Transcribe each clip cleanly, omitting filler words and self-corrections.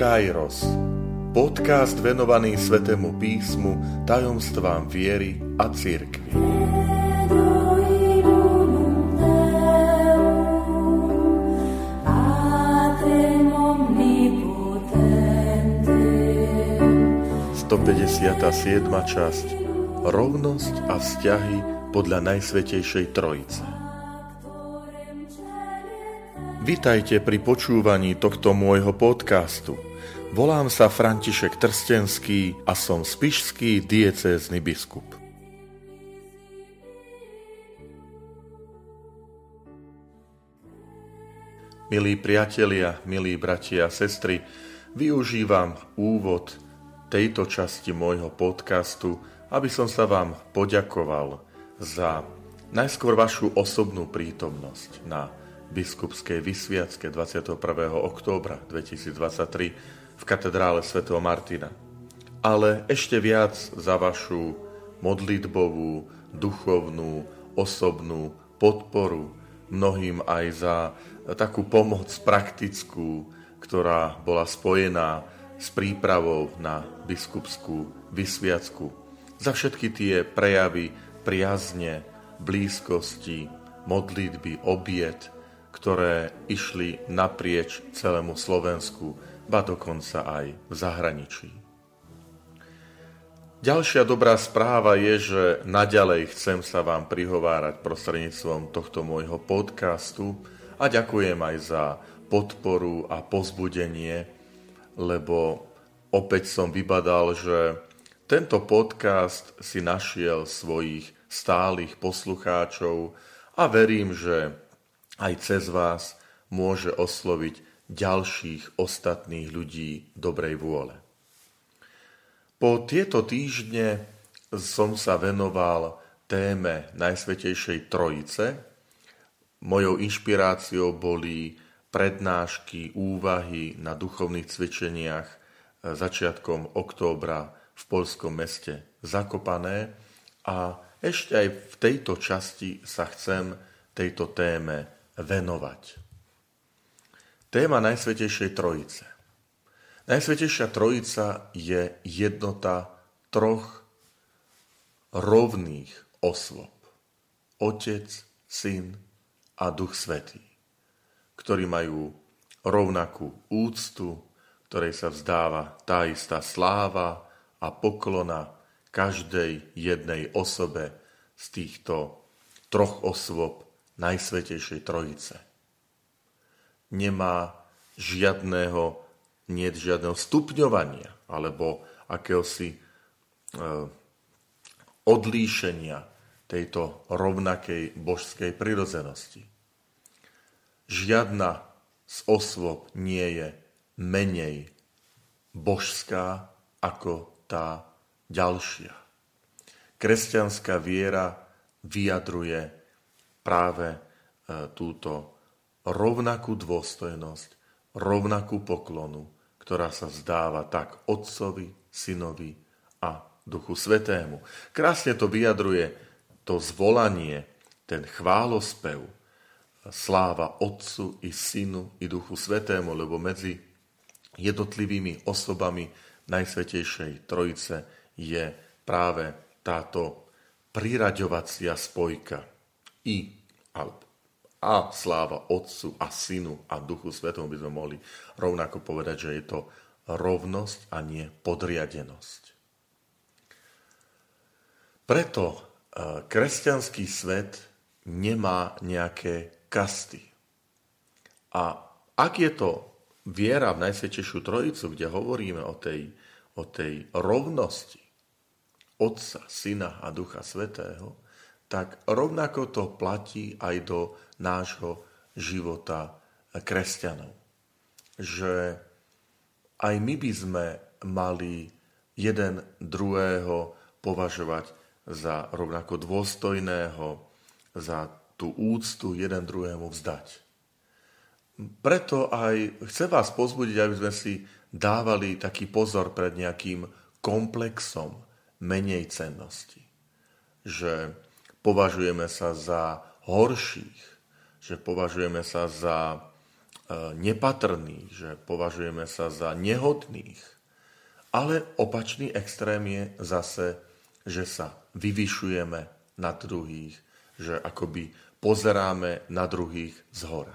Kairos, podcast venovaný Svätému písmu, tajomstvám viery a cirkvi. Siedma časť. Rovnosť a vzťahy podľa Najsvätejšej Trojice. Vitajte pri počúvaní tohto môjho podcastu. Volám sa František Trstenský a som spišský diecézny biskup. Milí priatelia, milí bratia a sestry, využívam úvod tejto časti môjho podcastu, aby som sa vám poďakoval za najskôr vašu osobnú prítomnosť na biskupskej vysviacke 21. októbra 2023 v katedrále svätého Martina. Ale ešte viac za vašu modlitbovú, duchovnú, osobnú podporu, mnohým aj za takú pomoc praktickú, ktorá bola spojená s prípravou na biskupskú vysviacku. Za všetky tie prejavy priazne, blízkosti, modlitby, obiet, ktoré išli naprieč celému Slovensku, ba dokonca aj v zahraničí. Ďalšia dobrá správa je, že naďalej chcem sa vám prihovárať prostredníctvom tohto môjho podcastu a ďakujem aj za podporu a povzbudenie, lebo opäť som vybadal, že tento podcast si našiel svojich stálych poslucháčov a verím, že aj cez vás môže osloviť ďalších ostatných ľudí dobrej vôle. Po tieto týždne som sa venoval téme Najsvätejšej Trojice. Mojou inšpiráciou boli prednášky, úvahy na duchovných cvičeniach začiatkom októbra v poľskom meste Zakopané a ešte aj v tejto časti sa chcem tejto téme venovať. Téma Najsvätejšej Trojice. Najsvätejšia Trojica je jednota troch rovných osôb. Otec, Syn a Duch Svätý, ktorí majú rovnakú úctu, ktorej sa vzdáva tá istá sláva a poklona každej jednej osobe z týchto troch osôb Najsvätejšej Trojice. Nemá žiadneho stupňovania alebo akéhosi odlíšenia tejto rovnakej božskej prirodzenosti. Žiadna z osôb nie je menej božská ako tá ďalšia. Kresťanská viera vyjadruje práve túto rovnakú dôstojnosť, rovnakú poklonu, ktorá sa vzdáva tak Otcovi, Synovi a Duchu Svätému. Krásne to vyjadruje to zvolanie, ten chválospev, sláva Otcu i Synu i Duchu Svätému, lebo medzi jednotlivými osobami Najsvätejšej Trojice je práve táto priraďovacia spojka a sláva Otcu a Synu a Duchu Svätému, by sme mohli rovnako povedať, že je to rovnosť a nie podriadenosť. Preto kresťanský svet nemá nejaké kasty. A ak je to viera v Najsvätejšiu Trojicu, kde hovoríme o tej rovnosti Otca, Syna a Ducha Svätého, tak rovnako to platí aj do nášho života kresťanov. Že aj my by sme mali jeden druhého považovať za rovnako dôstojného, za tú úctu jeden druhému vzdať. Preto aj chcem vás povzbudiť, aby sme si dávali taký pozor pred nejakým komplexom menej cennosti. Že považujeme sa za horších, že považujeme sa za nepatrných, že považujeme sa za nehodných. Ale opačný extrém je zase, že sa vyvyšujeme nad druhých, že akoby pozeráme na druhých zhora.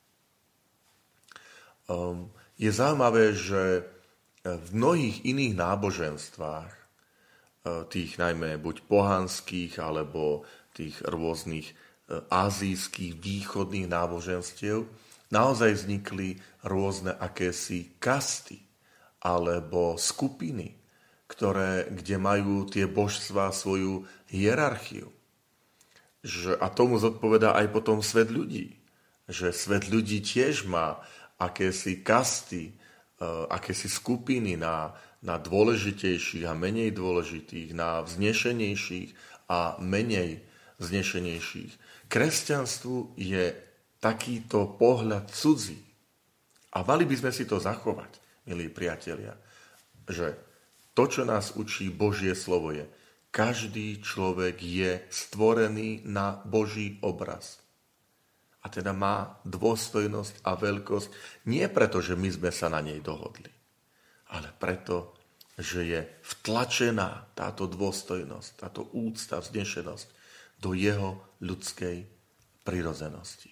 Je zaujímavé, že v mnohých iných náboženstvách, tých najmä buď pohanských, alebo tých rôznych azijských, východných náboženstiev, naozaj vznikli rôzne akési kasty, alebo skupiny, kde majú tie božstvá svoju hierarchiu. A tomu zodpovedá aj potom svet ľudí. Že svet ľudí tiež má akési kasty, akési skupiny na dôležitejších a menej dôležitých, na vznešenejších a menej vznešenejších. Kresťanstvu je takýto pohľad cudzí. A mali by sme si to zachovať, milí priatelia, že to, čo nás učí Božie slovo je, každý človek je stvorený na Boží obraz. A teda má dôstojnosť a veľkosť nie preto, že my sme sa na nej dohodli, ale preto, že je vtlačená táto dôstojnosť, táto úcta, vznešenosť do jeho ľudskej prirodzenosti.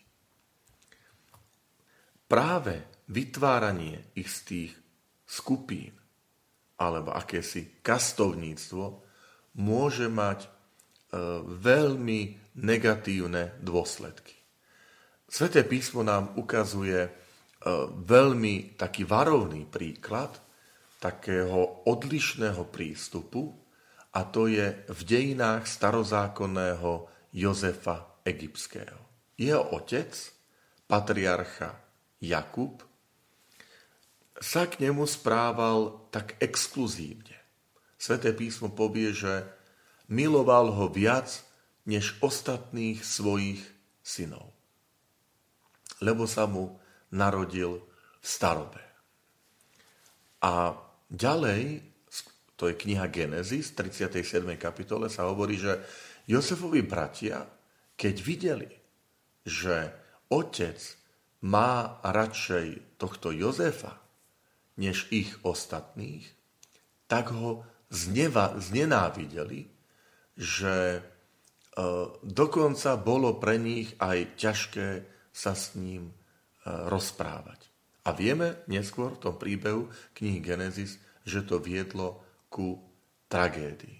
Práve vytváranie istých skupín alebo akési kastovníctvo môže mať veľmi negatívne dôsledky. Sväté písmo nám ukazuje veľmi taký varovný príklad takého odlišného prístupu, a to je v dejinách starozákonného Jozefa Egyptského. Jeho otec, patriarcha Jakub, sa k nemu správal tak exkluzívne. Sväté písmo povie, že miloval ho viac než ostatných svojich synov, lebo sa mu narodil v starobe. A ďalej, to je kniha Genesis, 37. kapitole, sa hovorí, že Jozefovi bratia, keď videli, že otec má radšej tohto Jozefa než ich ostatných, tak ho znenávideli, že dokonca bolo pre nich aj ťažké sa s ním rozprávať. A vieme neskôr v tom príbehu knihy Genesis, že to viedlo ku tragédii.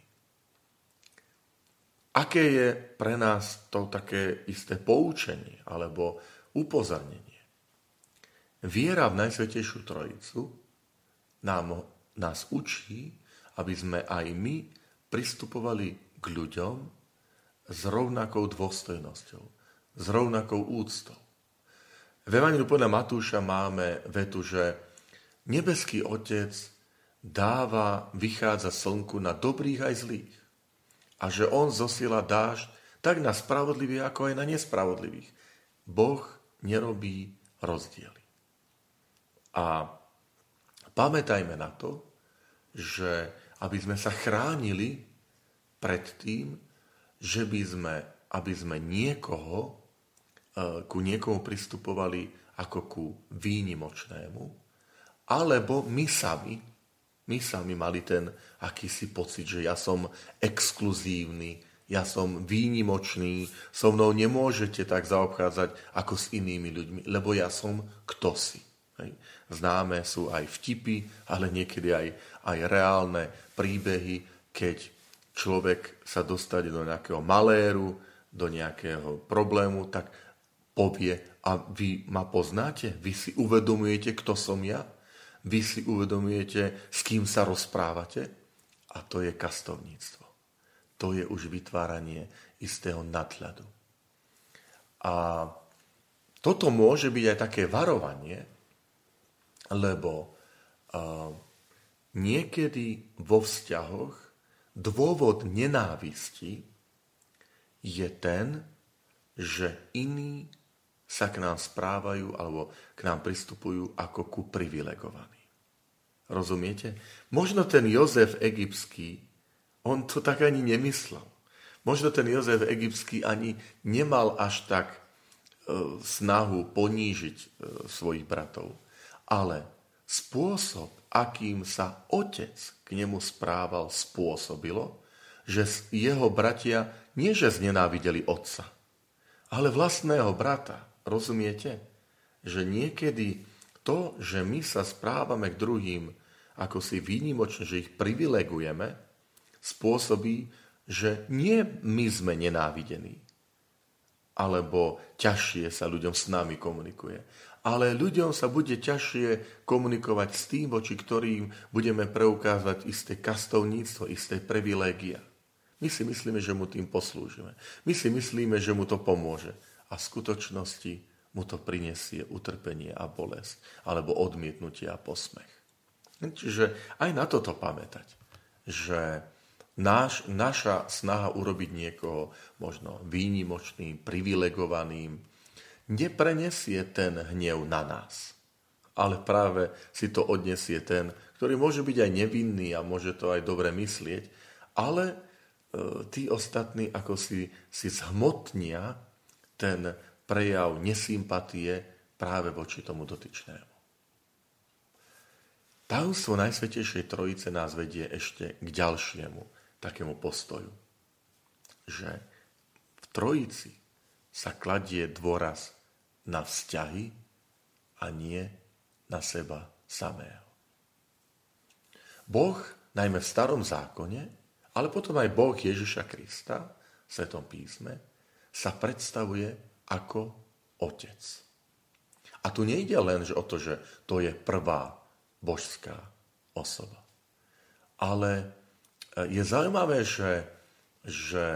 Aké je pre nás to také isté poučenie alebo upozornenie? Viera v Najsvätejšiu Trojicu nás učí, aby sme aj my pristupovali k ľuďom s rovnakou dôstojnosťou, s rovnakou úctou. V Evanjeliu podľa Matúša máme vetu, že nebeský Otec vychádza slnku na dobrých aj zlých a že on zosiela dážď tak na spravodlivých, ako aj na nespravodlivých. Boh nerobí rozdiely. A pamätajme na to, že aby sme sa chránili pred tým, že aby sme ku niekomu pristupovali ako ku výnimočnému, alebo my sami mali ten akýsi pocit, že ja som exkluzívny, ja som výnimočný, so mnou nemôžete tak zaobchádzať ako s inými ľuďmi, lebo ja som kdosi. Známe sú aj vtipy, ale niekedy aj reálne príbehy, keď človek sa dostane do nejakého maléru, do nejakého problému, tak povie, a vy ma poznáte? Vy si uvedomujete, kto som ja? Vy si uvedomujete, s kým sa rozprávate? A to je kastovníctvo. To je už vytváranie istého nadhľadu. A toto môže byť aj také varovanie, lebo niekedy vo vzťahoch dôvod nenávisti je ten, že iní sa k nám správajú alebo k nám pristupujú ako ku privilegovaní. Rozumiete? Možno ten Jozef egyptský, on to tak ani nemyslel. Možno ten Jozef egyptský ani nemal až tak snahu ponížiť svojich bratov, ale spôsob, akým sa otec k nemu správal, spôsobilo, že jeho bratia nie že znenávideli otca, ale vlastného brata. Rozumiete? Že niekedy to, že my sa správame k druhým ako si výnimočne, že ich privilegujeme, spôsobí, že nie my sme nenávidení, alebo ťažšie sa ľuďom s nami komunikuje. Ale ľuďom sa bude ťažšie komunikovať s tým, voči ktorým budeme preukázať isté kastovníctvo, isté privilégia. My si myslíme, že mu tým poslúžime. My si myslíme, že mu to pomôže. A v skutočnosti mu to prinesie utrpenie a bolesť, alebo odmietnutie a posmech. Čiže aj na toto pamätať, že naša snaha urobiť niekoho možno výnimočným, privilegovaným, neprenesie ten hnev na nás. Ale práve si to odnesie ten, ktorý môže byť aj nevinný a môže to aj dobre myslieť, ale tí ostatní ako si zhmotnia ten prejav nesympatie práve voči tomu dotyčnému. Tajomstvo Najsvätejšej Trojice nás vedie ešte k ďalšiemu takému postoju, že v Trojici sa kladie dôraz na vzťahy a nie na seba samého. Boh, najmä v Starom zákone, ale potom aj Boh Ježiša Krista v Svätom písme, sa predstavuje ako Otec. A tu nejde len o to, že to je prvá božská osoba. Ale je zaujímavé, že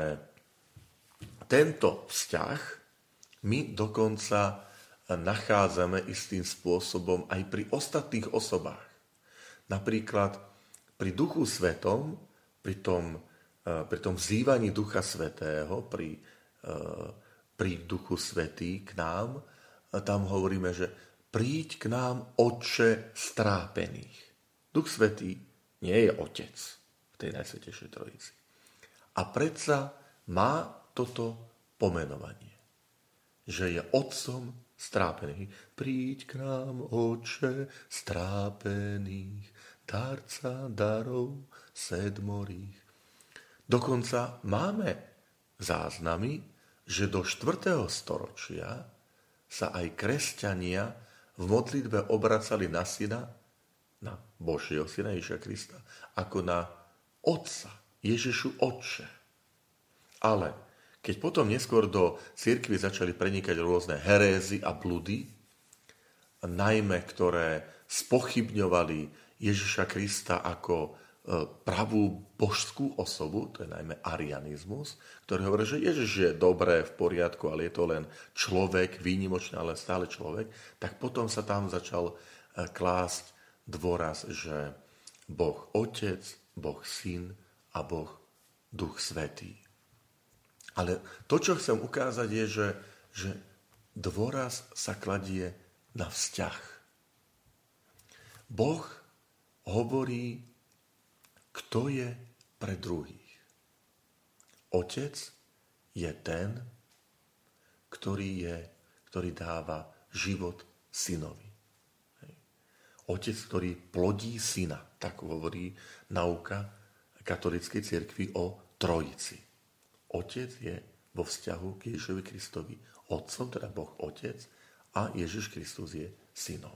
tento vzťah my dokonca nachádzame istým spôsobom aj pri ostatných osobách. Napríklad pri Duchu Svetom, pri tom vzývaní Ducha Svätého, pri Duchu Svätý k nám, tam hovoríme, že príď k nám, Otče strápených. Duch Svätý nie je Otec v tej Najsvätejšej Trojici. A predsa má toto pomenovanie, že je Otcom strápených. Príď k nám, Otče strápených, darca darov sedmorých. Dokonca máme záznamy, že do 4. storočia sa aj kresťania v modlitbe obracali na syna, na Božieho syna Ježiša Krista, ako na Otca, Ježišu Otče. Ale keď potom neskôr do cirkvi začali prenikať rôzne herézy a bludy, najmä ktoré spochybňovali Ježiša Krista ako pravú božskú osobu, to je najmä arianizmus, ktorý hovorí, že Ježiš je dobré, v poriadku, ale je to len človek, výnimočný, ale stále človek, tak potom sa tam začal klásť dôraz, že Boh Otec, Boh Syn a Boh Duch Svätý. Ale to, čo chcem ukázať, je, že dôraz sa kladie na vzťah. Boh hovorí, kto je pre druhých. Otec je ten, ktorý dáva život synovi. Otec, ktorý plodí syna. Tak hovorí nauka katolíckej cirkvi o Trojici. Otec je vo vzťahu k Ježišovi Kristovi Otcom, teda Boh Otec, a Ježiš Kristus je synom.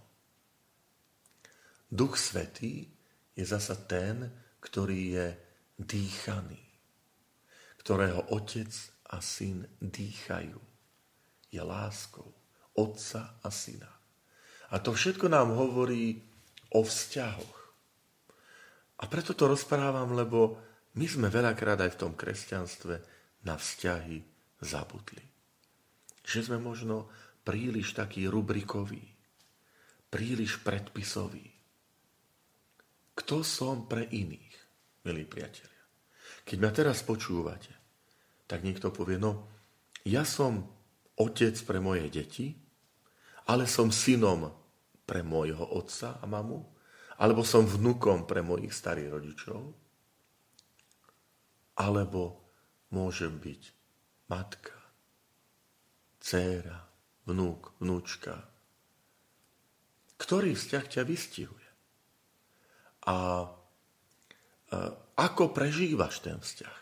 Duch Svätý je zasa ten, ktorý je dýchaný, ktorého Otec a Syn dýchajú. Je láskou Otca a Syna. A to všetko nám hovorí o vzťahoch. A preto to rozprávam, lebo my sme veľakrát aj v tom kresťanstve na vzťahy zabudli. Že sme možno príliš takí rubrikoví, príliš predpisoví. Kto som pre iných, milí priatelia? Keď ma teraz počúvate, tak niekto povie, ja som otec pre moje deti, ale som synom pre môjho otca a mamu, alebo som vnukom pre mojich starých rodičov, alebo môžem byť matka, dcéra, vnúk, vnúčka. Ktorý vzťah ťa vystihuje? A ako prežívaš ten vzťah?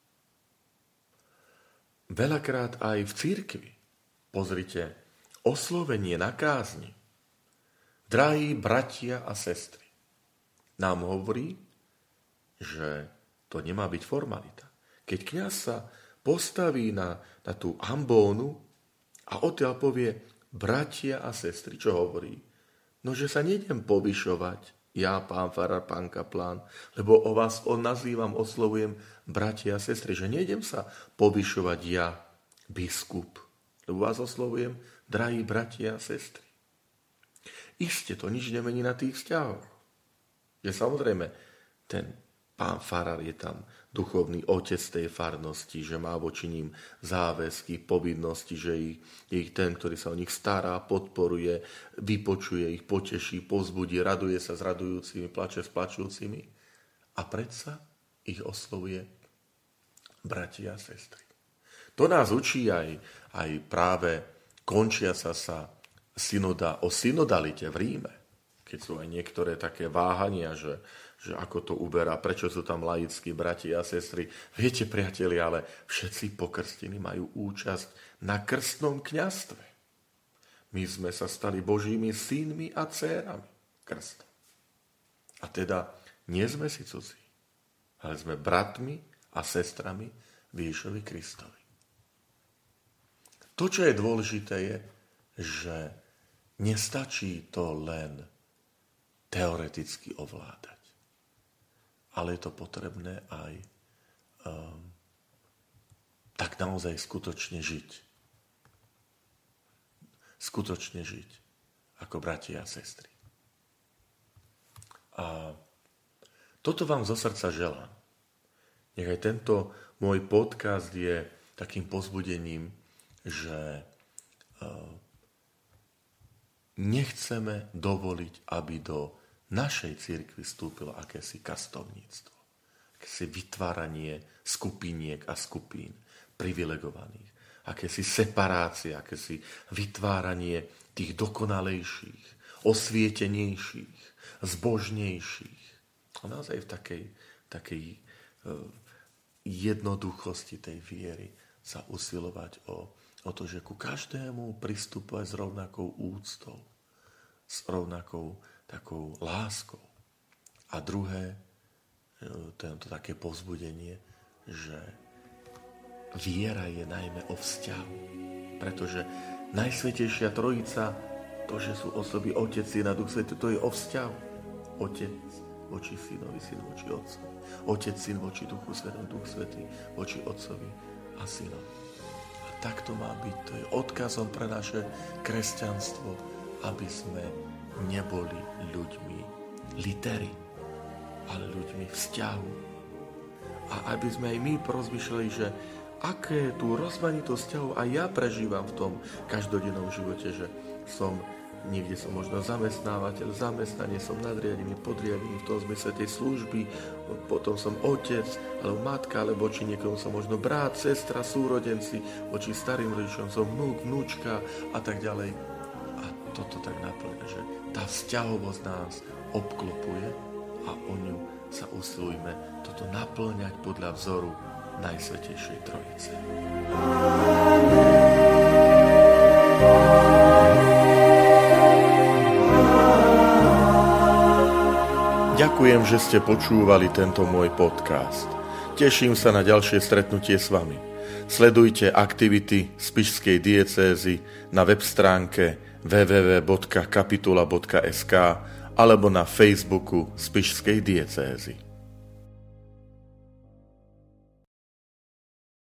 Veľakrát aj v cirkvi, pozrite, oslovenie na kázni, drahí bratia a sestry, nám hovorí, že to nemá byť formalita. Keď kňaz sa postaví na tú ambónu a odtiaľ povie bratia a sestry, čo hovorí? No, že sa nejdem povyšovať, ja, pán farár, pán kaplán, lebo o vás nazývam, oslovujem bratia a sestry, že nejdem sa povyšovať ja, biskup, lebo vás oslovujem, drahí bratia a sestry. Isté to nič nemení na tých vzťahoch. Je samozrejme, ten pán farár je tam duchovný otec tej farnosti, že má voči ním záväzky, povinnosti, že je ich ten, ktorý sa o nich stará, podporuje, vypočuje ich, poteší, povzbudí, raduje sa s radujúcimi, plače s plačúcimi a predsa ich oslovuje bratia a sestry. To nás učí aj práve končiaca sa synoda o synodalite v Ríme, keď sú aj niektoré také váhania, že ako to uberá, prečo sú tam laickí bratia a sestry. Viete, priatelia, ale všetci pokrstení majú účasť na krstnom kňazstve. My sme sa stali Božími synmi a dcérami krstom. A teda nie sme si cudzí, ale sme bratmi a sestrami Ježišovi Kristovi. To, čo je dôležité, je, že nestačí to len teoreticky ovládať, ale je to potrebné aj tak naozaj skutočne žiť. Skutočne žiť ako bratia a sestry. A toto vám zo srdca želám. Nech aj tento môj podcast je takým povzbudením, že nechceme dovoliť, aby do našej cirkvi vstúpilo akési kastovníctvo, akési vytváranie skupiniek a skupín privilegovaných, akési separácie, akési vytváranie tých dokonalejších, osvietenejších, zbožnejších. A naozaj v takej jednoduchosti tej viery sa usilovať o to, že ku každému pristupovať s rovnakou úctou, s rovnakou takou láskou. A druhé, to také povzbudenie, že viera je najmä o vzťahu. Pretože Najsvätejšia Trojica, to, že sú osoby Otec, Syn a Duch Svätý, to je o vzťahu. Otec voči Synovi, Syn voči Otcovi. Otec, Syn voči Duchu Svätému, Duch Svätý voči Otcovi a Synovi. A tak to má byť. To je odkazom pre naše kresťanstvo, aby sme neboli ľuďmi litery, ale ľuďmi vzťahu. A aby sme aj my porozmýšľali, že aké tú rozmanitosť vzťahov aj ja prežívam v tom každodennom živote, že niekde som možno zamestnávateľ, zamestnanie som nadriadený, podriadený v tom zmysle tej služby, potom som otec, alebo matka, alebo či niekomu som možno brat, sestra, súrodenci, voči starým rodičom som vnúk, vnúčka a tak ďalej. A toto tak naplňa, že tá vzťahovosť nás obklopuje a o ňu sa usilujme toto naplňať podľa vzoru Najsvätejšej Trojice. Ďakujem, že ste počúvali tento môj podcast. Teším sa na ďalšie stretnutie s vami. Sledujte aktivity Spišskej diecézy na web stránke www.kapitula.sk alebo na Facebooku Spišskej diecézy.